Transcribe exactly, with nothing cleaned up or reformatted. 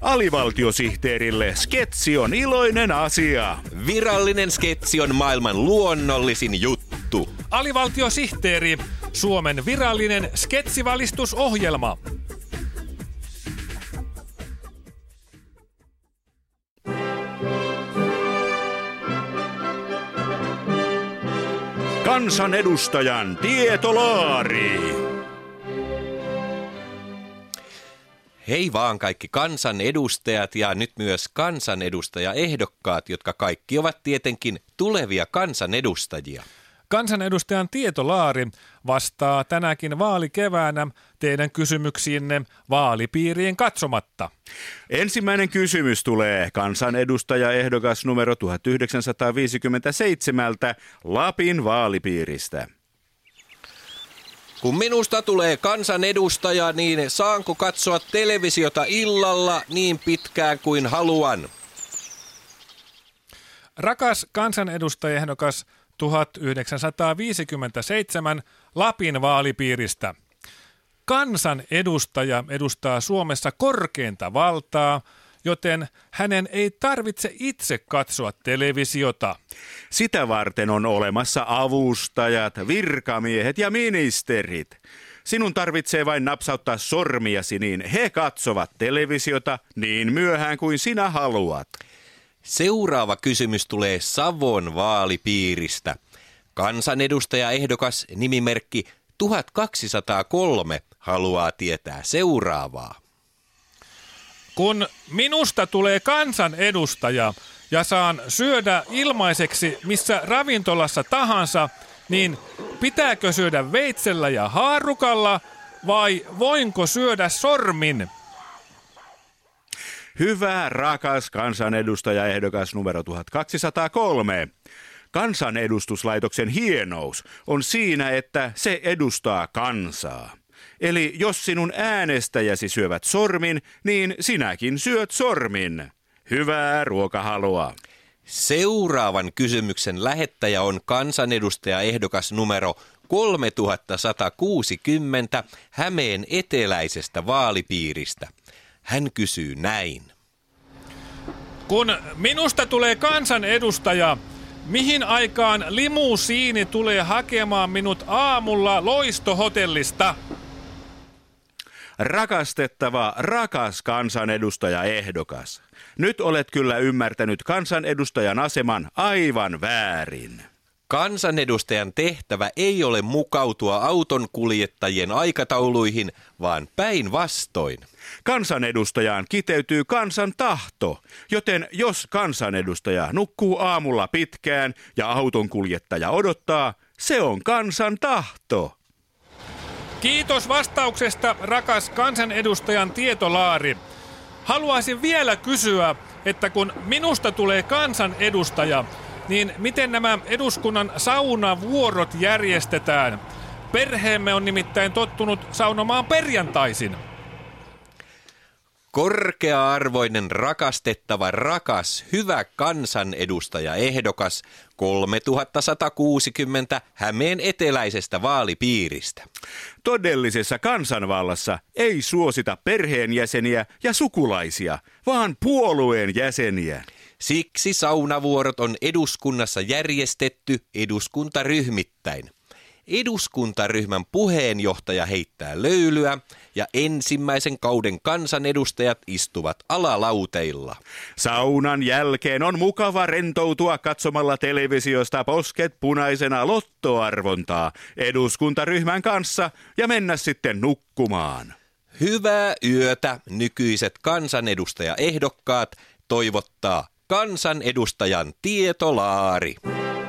Alivaltiosihteerille sketsi on iloinen asia. Virallinen sketsi on maailman luonnollisin juttu. Alivaltiosihteeri, Suomen virallinen sketsivalistusohjelma. Kansanedustajan tietolaari. Hei vaan kaikki kansanedustajat ja nyt myös kansanedustajaehdokkaat, jotka kaikki ovat tietenkin tulevia kansanedustajia. Kansanedustajan tietolaari vastaa tänäkin vaalikeväänä teidän kysymyksiinne vaalipiirien katsomatta. Ensimmäinen kysymys tulee kansanedustajaehdokas numero tuhatyhdeksänsataaviisikymmentäseitsemän Lapin vaalipiiristä. Kun minusta tulee kansanedustaja, niin saanko katsoa televisiota illalla niin pitkään kuin haluan? Rakas kansanedustajaehdokas tuhatyhdeksänsataaviisikymmentäseitsemän Lapin vaalipiiristä. Kansanedustaja edustaa Suomessa korkeinta valtaa, joten hänen ei tarvitse itse katsoa televisiota. Sitä varten on olemassa avustajat, virkamiehet ja ministerit. Sinun tarvitsee vain napsauttaa sormiasi, niin he katsovat televisiota niin myöhään kuin sinä haluat. Seuraava kysymys tulee Savon vaalipiiristä. Kansanedustajaehdokas nimimerkki tuhatkaksisataakolme haluaa tietää seuraavaa. Kun minusta tulee kansanedustaja ja saan syödä ilmaiseksi missä ravintolassa tahansa, niin pitääkö syödä veitsellä ja haarukalla vai voinko syödä sormin? Hyvä, rakas kansanedustajaehdokas numero tuhatkaksisataakolme. Kansanedustuslaitoksen hienous on siinä, että se edustaa kansaa. Eli jos sinun äänestäjäsi syövät sormin, niin sinäkin syöt sormin. Hyvää ruokahalua. Seuraavan kysymyksen lähettäjä on kansanedustajaehdokas numero kolmetuhattasatakuusikymmentä Hämeen eteläisestä vaalipiiristä. Hän kysyy näin. Kun minusta tulee kansanedustaja, mihin aikaan limusiini tulee hakemaan minut aamulla Loistohotellista? Rakastettava, rakas kansanedustajaehdokas. Nyt olet kyllä ymmärtänyt kansanedustajan aseman aivan väärin. Kansanedustajan tehtävä ei ole mukautua autonkuljettajien aikatauluihin, vaan päinvastoin. Kansanedustajaan kiteytyy kansan tahto, joten jos kansanedustaja nukkuu aamulla pitkään ja autonkuljettaja odottaa, se on kansan tahto. Kiitos vastauksesta, rakas kansanedustajan tietolaari. Haluaisin vielä kysyä, että kun minusta tulee kansanedustaja, niin miten nämä eduskunnan saunavuorot järjestetään? Perheemme on nimittäin tottunut saunomaan perjantaisin. Korkea-arvoinen, rakastettava, rakas, hyvä kansanedustajaehdokas kolmetuhattasatakuusikymmentä Hämeen eteläisestä vaalipiiristä. Todellisessa kansanvallassa ei suosita perheenjäseniä ja sukulaisia, vaan puolueen jäseniä. Siksi saunavuorot on eduskunnassa järjestetty eduskuntaryhmittäin. Eduskuntaryhmän puheenjohtaja heittää löylyä ja ensimmäisen kauden kansanedustajat istuvat alalauteilla. Saunan jälkeen on mukava rentoutua katsomalla televisiosta posket punaisena lottoarvontaa eduskuntaryhmän kanssa ja mennä sitten nukkumaan. Hyvää yötä, nykyiset kansanedustajaehdokkaat, toivottaa kansanedustajan tietolaari.